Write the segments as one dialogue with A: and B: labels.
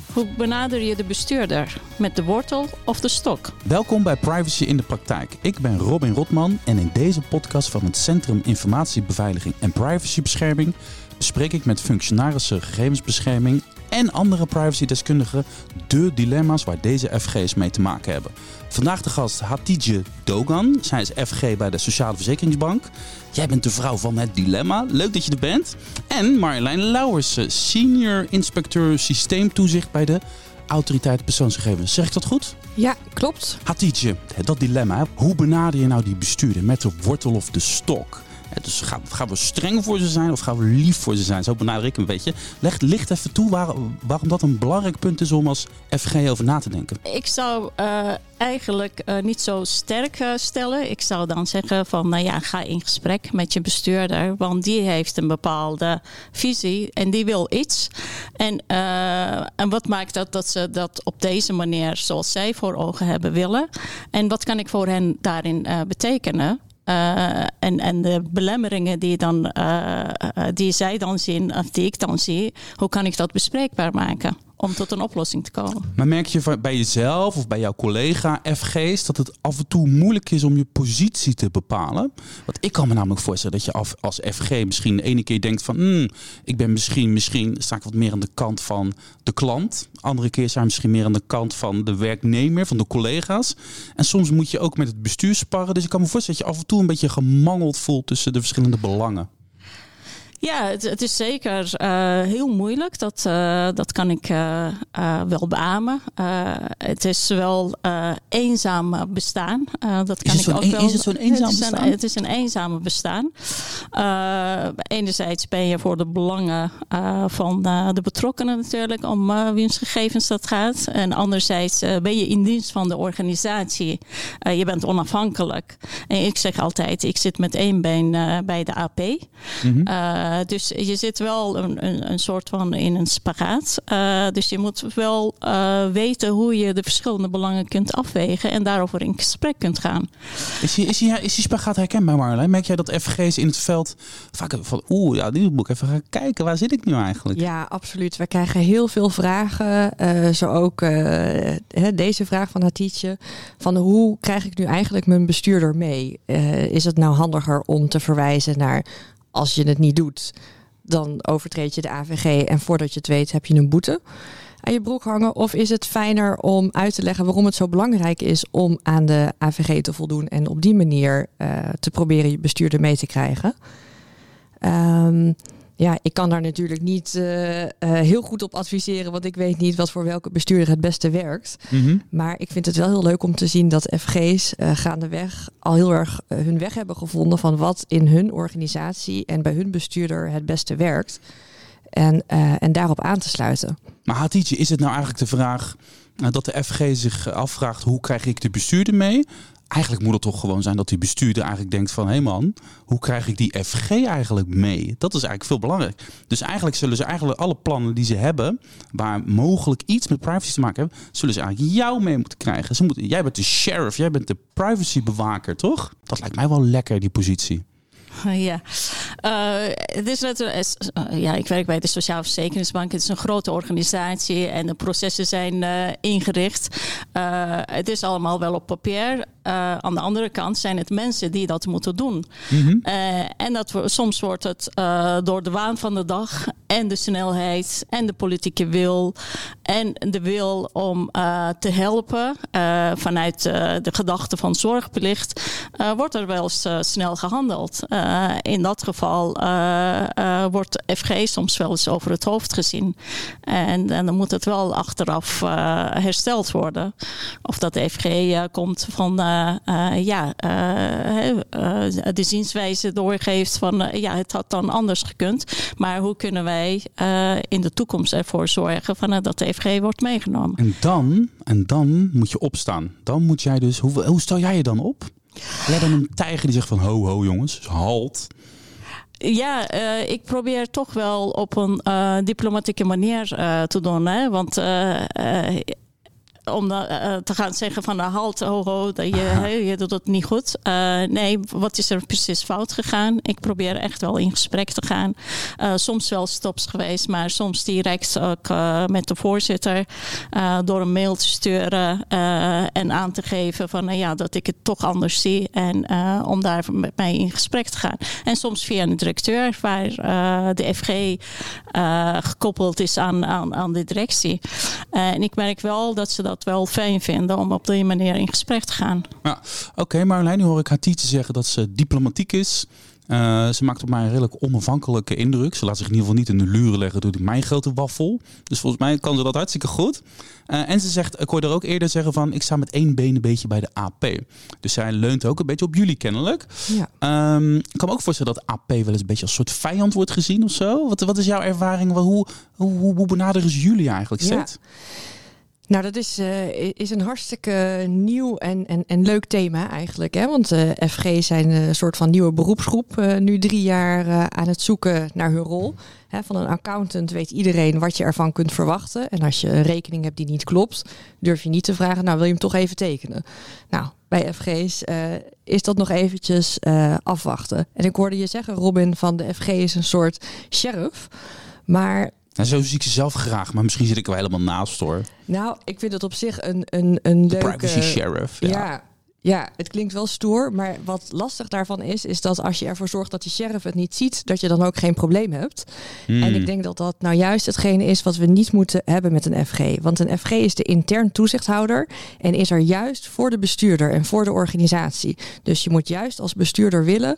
A: Hoe benader je de bestuurder? Met de wortel of de stok?
B: Welkom bij Privacy in de Praktijk. Ik ben Robin Rotman en in deze podcast van het Centrum Informatiebeveiliging en Privacybescherming bespreek ik met functionarissen gegevensbescherming en andere privacydeskundigen de dilemma's waar deze FG's mee te maken hebben. Vandaag de gast Hatice Dogan. Zij is FG bij de Sociale Verzekeringsbank. Jij bent de vrouw van het dilemma. Leuk dat je er bent. En Marjolein Lauwersen, senior inspecteur systeemtoezicht bij de Autoriteit Persoonsgegevens. Zeg ik dat goed?
C: Ja, klopt.
B: Hatice, dat dilemma. Hoe benader je nou die bestuurder? Met de wortel of de stok? Dus gaan we streng voor ze zijn of gaan we lief voor ze zijn? Zo benader ik een beetje. Licht even toe waarom dat een belangrijk punt is om als FG over na te denken.
A: Ik zou eigenlijk niet zo sterk stellen. Ik zou dan zeggen van, ga in gesprek met je bestuurder. Want die heeft een bepaalde visie en die wil iets. En wat maakt dat ze dat op deze manier, zoals zij voor ogen hebben, willen? En wat kan ik voor hen daarin betekenen? En de belemmeringen die zij dan zien, of die ik dan zie, hoe kan ik dat bespreekbaar maken om tot een oplossing te komen? Maar
B: merk je bij jezelf of bij jouw collega FG's dat het af en toe moeilijk is om je positie te bepalen? Want ik kan me namelijk voorstellen dat je als FG misschien de ene keer denkt van ik ben misschien sta ik wat meer aan de kant van de klant. Andere keer sta je misschien meer aan de kant van de werknemer, van de collega's. En soms moet je ook met het bestuur sparren. Dus ik kan me voorstellen dat je af en toe een beetje gemangeld voelt tussen de verschillende belangen.
A: Ja, het is zeker heel moeilijk. Dat kan ik wel beamen. Het is wel eenzaam bestaan. Dat kan
B: Is het zo'n eenzaam bestaan?
A: Het is een eenzame bestaan. Enerzijds ben je voor de belangen van de betrokkenen natuurlijk, om wiens gegevens dat gaat. En anderzijds ben je in dienst van de organisatie. Je bent onafhankelijk. En ik zeg altijd, ik zit met één been bij de AP. Mm-hmm. Dus je zit wel een soort van in een spagaat. Dus je moet wel weten hoe je de verschillende belangen kunt afwegen en daarover in gesprek kunt gaan.
B: Is die spagaat herkenbaar, Marjolein? Merk jij dat FG's in het veld vaak van die moet ik even gaan kijken. Waar zit ik nu eigenlijk?
C: Ja, absoluut. We krijgen heel veel vragen. Zo ook deze vraag van Hatice. Van hoe krijg ik nu eigenlijk mijn bestuurder mee? Is het nou handiger om te verwijzen naar, als je het niet doet, dan overtreed je de AVG en voordat je het weet heb je een boete aan je broek hangen? Of is het fijner om uit te leggen waarom het zo belangrijk is om aan de AVG te voldoen en op die manier te proberen je bestuurder mee te krijgen? Ik kan daar natuurlijk niet heel goed op adviseren, want ik weet niet wat voor welke bestuurder het beste werkt. Mm-hmm. Maar ik vind het wel heel leuk om te zien dat FG's gaandeweg al heel erg hun weg hebben gevonden van wat in hun organisatie en bij hun bestuurder het beste werkt. En daarop aan te sluiten.
B: Maar Hatice, is het nou eigenlijk de vraag dat de FG zich afvraagt, hoe krijg ik de bestuurder mee? Eigenlijk moet het toch gewoon zijn dat die bestuurder eigenlijk denkt van, hé man, hoe krijg ik die FG eigenlijk mee? Dat is eigenlijk veel belangrijk. Dus eigenlijk zullen ze alle plannen die ze hebben, waar mogelijk iets met privacy te maken hebben, zullen ze eigenlijk jou mee moeten krijgen. Jij bent de sheriff, jij bent de privacybewaker, toch? Dat lijkt mij wel lekker, die positie.
A: Ja, het is natuurlijk. Ik werk bij de Sociale Verzekeringsbank. Het is een grote organisatie en de processen zijn ingericht. Het is allemaal wel op papier. Aan de andere kant zijn het mensen die dat moeten doen. Mm-hmm. En soms wordt het door de waan van de dag en de snelheid en de politieke wil en de wil om te helpen vanuit de gedachte van zorgplicht wordt er wel eens snel gehandeld. In dat geval wordt FG soms wel eens over het hoofd gezien. En dan moet het wel achteraf hersteld worden. Of dat de FG komt van de zienswijze doorgeeft van het had dan anders gekund. Maar hoe kunnen wij in de toekomst ervoor zorgen van, dat de FG wordt meegenomen?
B: En dan moet je opstaan. Dan moet jij dus, hoe stel jij je dan op? Jij bent een tijger die zegt van ho jongens, halt.
A: Ja, ik probeer toch wel op een diplomatieke manier te doen. Hè? Want om te gaan zeggen van halt, je doet het niet goed. Nee, wat is er precies fout gegaan? Ik probeer echt wel in gesprek te gaan. Soms wel stops geweest, maar soms direct ook met de voorzitter door een mail te sturen en aan te geven van dat ik het toch anders zie en om daar met mij in gesprek te gaan. En soms via een directeur waar de FG gekoppeld is aan de directie. En ik merk wel dat ze dat wel fijn vinden om op die manier in gesprek te gaan.
B: Ja, oké, Marjolein, nu hoor ik Hatice zeggen dat ze diplomatiek is. Ze maakt op mij een redelijk onafhankelijke indruk. Ze laat zich in ieder geval niet in de luren leggen door mijn grote waffel. Dus volgens mij kan ze dat hartstikke goed. En ze zegt, ik hoorde er ook eerder zeggen van, ik sta met één been een beetje bij de AP. Dus zij leunt ook een beetje op jullie kennelijk. Ja. Ik kan me ook voorstellen dat AP wel eens een beetje als een soort vijand wordt gezien of zo. Wat is jouw ervaring? Hoe benaderen ze jullie eigenlijk steeds?
C: Ja. Nou, dat is een hartstikke nieuw en leuk thema eigenlijk. Hè? Want FG zijn een soort van nieuwe beroepsgroep. Nu 3 jaar aan het zoeken naar hun rol. Hè, van een accountant weet iedereen wat je ervan kunt verwachten. En als je een rekening hebt die niet klopt, durf je niet te vragen, nou wil je hem toch even tekenen? Nou, bij FG's is dat nog eventjes afwachten. En ik hoorde je zeggen, Robin, van de FG is een soort sheriff. Maar...
B: Nou, zo zie ik ze zelf graag, maar misschien zit ik er wel helemaal naast hoor.
C: Nou, ik vind het op zich een leuke...
B: Privacy sheriff.
C: Ja, het klinkt wel stoer, maar wat lastig daarvan is dat als je ervoor zorgt dat die sheriff het niet ziet, dat je dan ook geen probleem hebt. En ik denk dat dat nou juist hetgene is wat we niet moeten hebben met een FG. Want een FG is de intern toezichthouder en is er juist voor de bestuurder en voor de organisatie. Dus je moet juist als bestuurder willen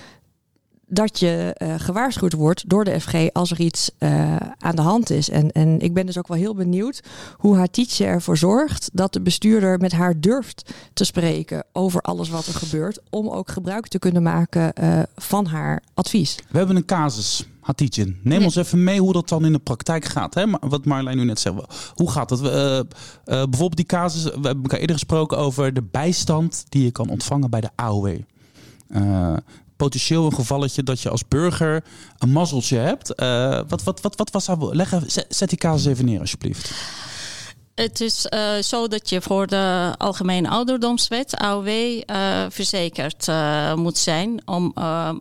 C: dat je gewaarschuwd wordt door de FG als er iets aan de hand is. En ik ben dus ook wel heel benieuwd hoe Hatice ervoor zorgt dat de bestuurder met haar durft te spreken over alles wat er gebeurt, om ook gebruik te kunnen maken van haar advies.
B: We hebben een casus. Hatice, neem ons even mee hoe dat dan in de praktijk gaat. Hè? Wat Marjolein nu net zei. Hoe gaat dat? Bijvoorbeeld die casus, we hebben elkaar eerder gesproken over de bijstand die je kan ontvangen bij de AOW. Potentieel een gevalletje dat je als burger een mazzeltje hebt. Wat was daar? Zet die casus even neer alsjeblieft.
A: Het is zo dat je voor de Algemene Ouderdomswet, AOW, verzekerd moet zijn om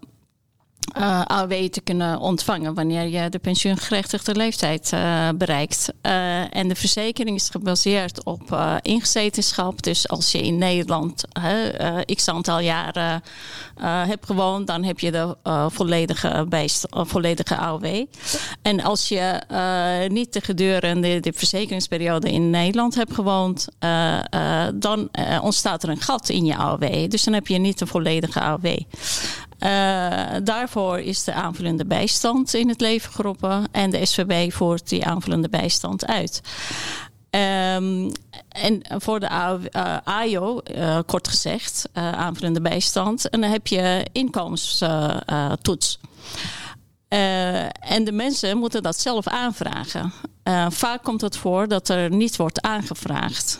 A: AOW te kunnen ontvangen wanneer je de pensioengerechtigde leeftijd bereikt. En de verzekering is gebaseerd op ingezetenschap. Dus als je in Nederland x aantal jaren hebt gewoond, dan heb je de volledige AOW. En als je niet gedurende de verzekeringsperiode in Nederland hebt gewoond, dan ontstaat er een gat in je AOW. Dus dan heb je niet de volledige AOW. Daarvoor is de aanvullende bijstand in het leven geroepen en de SVB voert die aanvullende bijstand uit. En voor de AJO, kort gezegd, aanvullende bijstand, en dan heb je inkomenstoets. En de mensen moeten dat zelf aanvragen. Vaak komt het voor dat er niet wordt aangevraagd.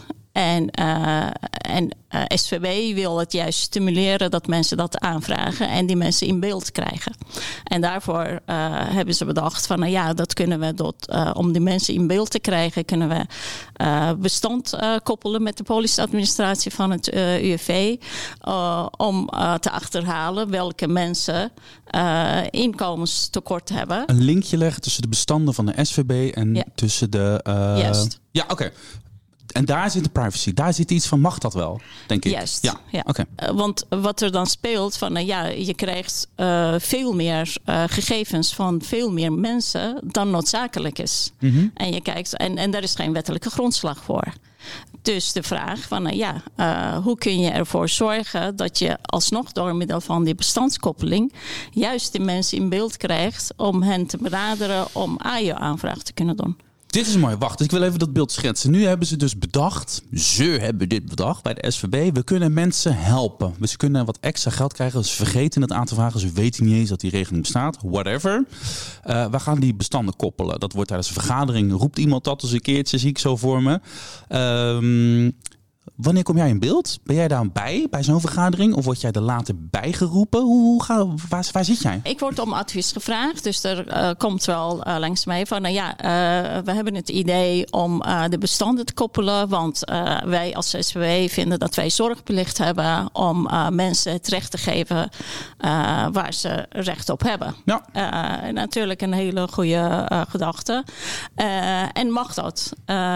A: En SVB wil het juist stimuleren dat mensen dat aanvragen en die mensen in beeld krijgen. En daarvoor hebben ze bedacht van dat kunnen we om die mensen in beeld te krijgen, kunnen we bestand koppelen met de polisadministratie van het UWV om te achterhalen welke mensen inkomenstekort hebben.
B: Een linkje leggen tussen de bestanden van de SVB en tussen de...
A: Juist.
B: Ja, oké. En daar zit de privacy. Daar zit iets van, mag dat wel, denk ik.
A: Juist. Ja.
B: Okay.
A: Want wat er dan speelt, je krijgt veel meer gegevens van veel meer mensen dan noodzakelijk is. Mm-hmm. En je kijkt, en daar is geen wettelijke grondslag voor. Dus de vraag van, hoe kun je ervoor zorgen dat je alsnog door middel van die bestandskoppeling juist de mensen in beeld krijgt om hen te benaderen om AJO-aanvraag te kunnen doen.
B: Dit is mooi. Wacht, ik wil even dat beeld schetsen. Nu hebben ze dus bedacht, bij de SVB. We kunnen mensen helpen. Ze kunnen wat extra geld krijgen. Ze vergeten het aan te vragen. Ze weten niet eens dat die regeling bestaat. Whatever. We gaan die bestanden koppelen. Dat wordt tijdens een vergadering. Roept iemand dat eens een keertje, zie ik zo voor me. Wanneer kom jij in beeld? Ben jij daar bij zo'n vergadering? Of word jij er later bijgeroepen? Waar zit jij?
A: Ik word om advies gevraagd. Dus er komt wel langs mij van... we hebben het idee om de bestanden te koppelen. Want wij als SVW vinden dat wij zorgplicht hebben... om mensen het recht te geven waar ze recht op hebben. Ja. Natuurlijk een hele goede gedachte. En mag dat?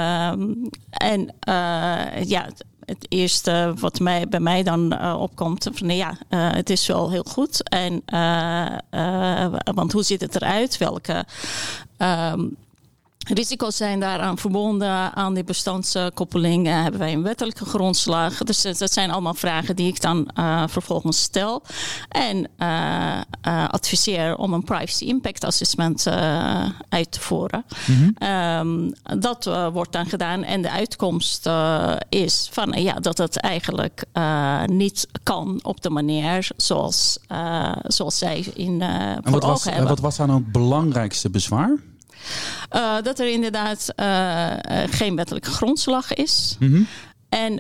A: Het eerste wat bij mij dan opkomt, van het is wel heel goed. Want hoe ziet het eruit? Welke risico's zijn daaraan verbonden aan die bestandskoppeling? Hebben wij een wettelijke grondslag? Dus dat zijn allemaal vragen die ik dan vervolgens stel. En adviseer om een privacy impact assessment uit te voeren. Mm-hmm. Dat wordt dan gedaan. En de uitkomst is van, dat het eigenlijk niet kan op de manier zoals zij voor ogen hebben.
B: Wat was dan het belangrijkste bezwaar?
A: Dat er inderdaad geen wettelijke grondslag is.
B: Mm-hmm.
A: En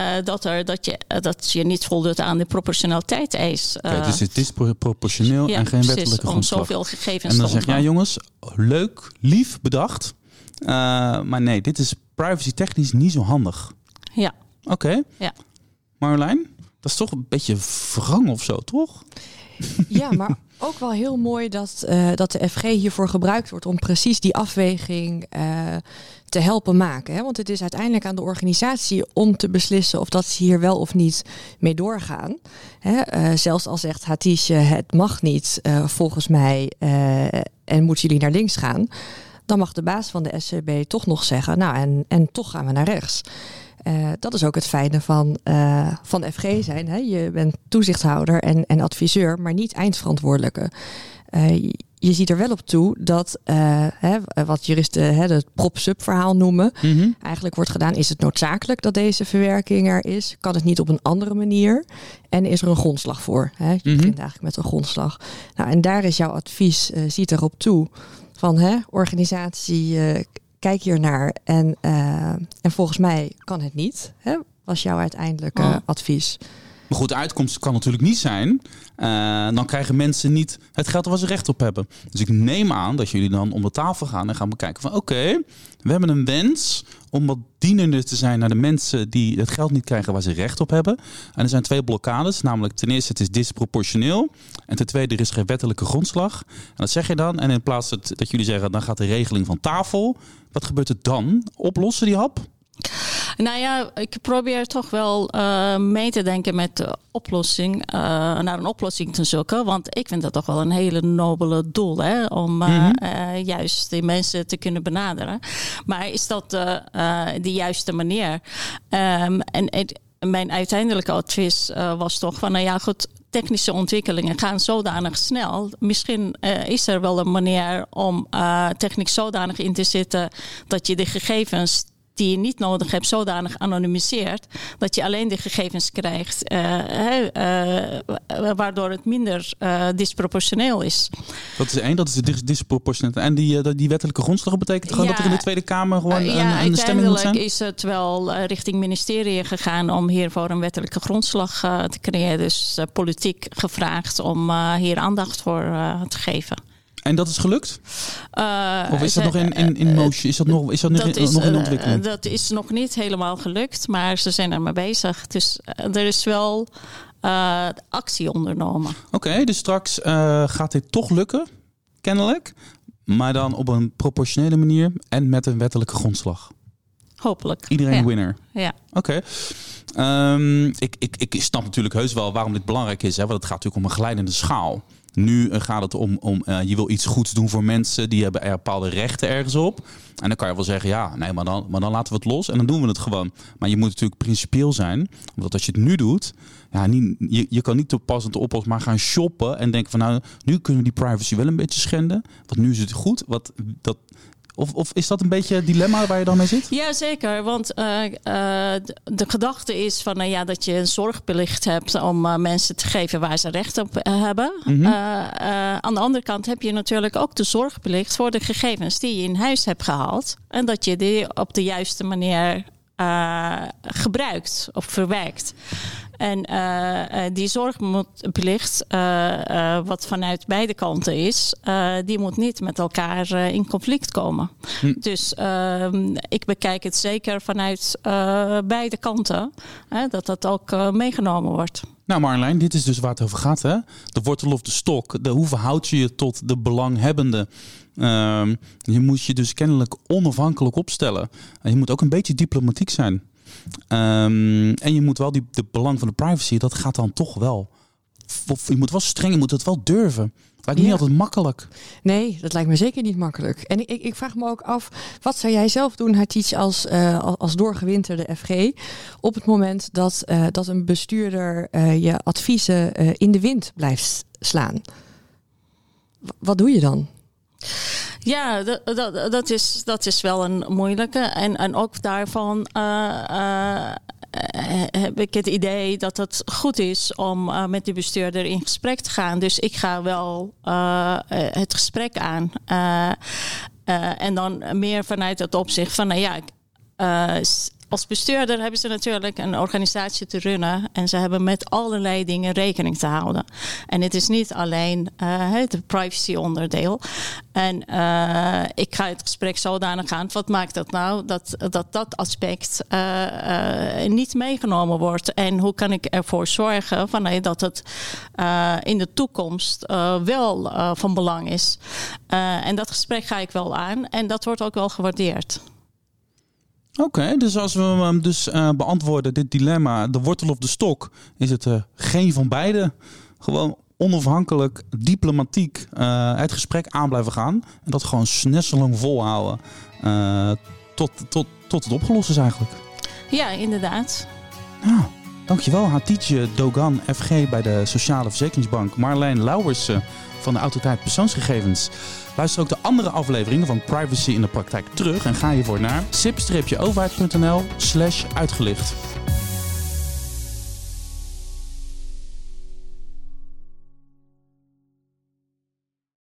A: dat je niet voldoet aan de proportionaliteitseis.
B: Dus het is proportioneel en geen wettelijke grondslag.
A: Om zoveel gegevens
B: en dan zeg jij, jongens, leuk, lief bedacht. Maar nee, dit is privacy technisch niet zo handig.
A: Ja.
B: Oké.
A: Ja.
B: Marjolein, dat is toch een beetje wrang of zo, toch?
C: Ja, maar ook wel heel mooi dat de FG hiervoor gebruikt wordt om precies die afweging te helpen maken. Hè? Want het is uiteindelijk aan de organisatie om te beslissen of dat ze hier wel of niet mee doorgaan. Hè? Zelfs al zegt Hatice, het mag niet volgens mij en moeten jullie naar links gaan. Dan mag de baas van de SCB toch nog zeggen, nou en toch gaan we naar rechts. Dat is ook het fijne van FG zijn. Hè? Je bent toezichthouder en adviseur, maar niet eindverantwoordelijke. Je ziet er wel op toe dat wat juristen het prop-sub verhaal noemen. Mm-hmm. Eigenlijk wordt gedaan, is het noodzakelijk dat deze verwerking er is? Kan het niet op een andere manier? En is er een grondslag voor? Hè? Je begint eigenlijk met een grondslag. Nou, en daar is jouw advies, ziet erop toe van organisatie... Kijk hier naar en volgens mij kan het niet. Hè? Was jouw uiteindelijke advies.
B: Maar goed, de uitkomst kan natuurlijk niet zijn. Dan krijgen mensen niet het geld waar ze recht op hebben. Dus ik neem aan dat jullie dan om de tafel gaan en gaan bekijken van oké, we hebben een wens om wat dienender te zijn naar de mensen die het geld niet krijgen waar ze recht op hebben. En er zijn 2 blokkades, namelijk ten eerste het is disproportioneel en ten tweede er is geen wettelijke grondslag. En dat zeg je dan en in plaats dat jullie zeggen dan gaat de regeling van tafel. Wat gebeurt er dan? Oplossen die hap?
A: Nou ja, ik probeer toch wel mee te denken met de oplossing, naar een oplossing te zoeken. Want ik vind dat toch wel een hele nobele doel, hè, om juist die mensen te kunnen benaderen. Maar is dat de juiste manier? Mijn uiteindelijke advies was toch van, goed, technische ontwikkelingen gaan zodanig snel. Misschien is er wel een manier om techniek zodanig in te zetten dat je de gegevens die je niet nodig hebt, zodanig anonimiseert, dat je alleen de gegevens krijgt, waardoor het minder disproportioneel is.
B: Dat is één, dat is de disproportioneel. En die wettelijke grondslag betekent gewoon dat er in de Tweede Kamer gewoon een stemming moet zijn?
A: Uiteindelijk is het wel richting ministerie gegaan om hiervoor een wettelijke grondslag te creëren. Dus politiek gevraagd om hier aandacht voor te geven.
B: En dat is gelukt? Of is dat nog in motion? Is dat nog in ontwikkeling?
A: Dat is nog niet helemaal gelukt, maar ze zijn er mee bezig. Dus er is wel actie ondernomen.
B: Oké, dus straks gaat dit toch lukken, kennelijk. Maar dan op een proportionele manier en met een wettelijke grondslag.
A: Hopelijk.
B: Iedereen winner.
A: Ja.
B: Oké. Ik snap natuurlijk heus wel waarom dit belangrijk is. Hè? Want het gaat natuurlijk om een glijdende schaal. Nu gaat het om je wil iets goeds doen voor mensen. Die hebben er bepaalde rechten ergens op. En dan kan je wel zeggen, maar dan laten we het los. En dan doen we het gewoon. Maar je moet natuurlijk principieel zijn. Omdat als je het nu doet. Je kan niet toepassend oplossen, maar gaan shoppen. En denken van nu kunnen we die privacy wel een beetje schenden. Want nu is het goed. Of is dat een beetje het dilemma waar je dan mee zit?
A: Ja, zeker. Want de gedachte is van, dat je een zorgplicht hebt om mensen te geven waar ze recht op hebben. Mm-hmm. Aan de andere kant heb je natuurlijk ook de zorgplicht voor de gegevens die je in huis hebt gehaald. En dat je die op de juiste manier gebruikt of verwerkt. En die zorgplicht, wat vanuit beide kanten is, die moet niet met elkaar in conflict komen. Dus ik bekijk het zeker vanuit beide kanten, dat ook meegenomen wordt.
B: Nou Marjolein, dit is dus waar het over gaat, hè? De wortel of de stok. Hoe verhoud je je tot de belanghebbende? Je moet je dus kennelijk onafhankelijk opstellen. En je moet ook een beetje diplomatiek zijn. En je moet wel de belang van de privacy, dat gaat dan toch wel. Je moet wel streng, je moet het wel durven. Lijkt me niet altijd makkelijk.
C: Nee, dat lijkt me zeker niet makkelijk. En ik vraag me ook af, wat zou jij zelf doen, Hatice, als doorgewinterde FG, op het moment dat een bestuurder je adviezen in de wind blijft slaan? Wat doe je dan?
A: Ja, dat is wel een moeilijke. En ook daarvan heb ik het idee dat het goed is om met die bestuurder in gesprek te gaan. Dus ik ga wel het gesprek aan. En dan meer vanuit het opzicht van, als bestuurder hebben ze natuurlijk een organisatie te runnen. En ze hebben met allerlei dingen rekening te houden. En het is niet alleen het privacy onderdeel. En ik ga het gesprek zodanig aan. Wat maakt het nou dat aspect niet meegenomen wordt? En hoe kan ik ervoor zorgen dat het in de toekomst wel van belang is? En dat gesprek ga ik wel aan. En dat wordt ook wel gewaardeerd.
B: Oké, dus als we hem beantwoorden, dit dilemma, de wortel of de stok, is het geen van beide. Gewoon onafhankelijk, diplomatiek het gesprek aan blijven gaan. En dat gewoon net zo lang volhouden tot het opgelost is eigenlijk.
A: Ja, inderdaad.
B: Nou, dankjewel Hatice Dogan, FG bij de Sociale Verzekeringsbank. Marjolein Lauwers van de Autoriteit Persoonsgegevens. Luister ook de andere afleveringen van Privacy in de Praktijk terug en ga hiervoor naar sip-overheid.nl/uitgelicht.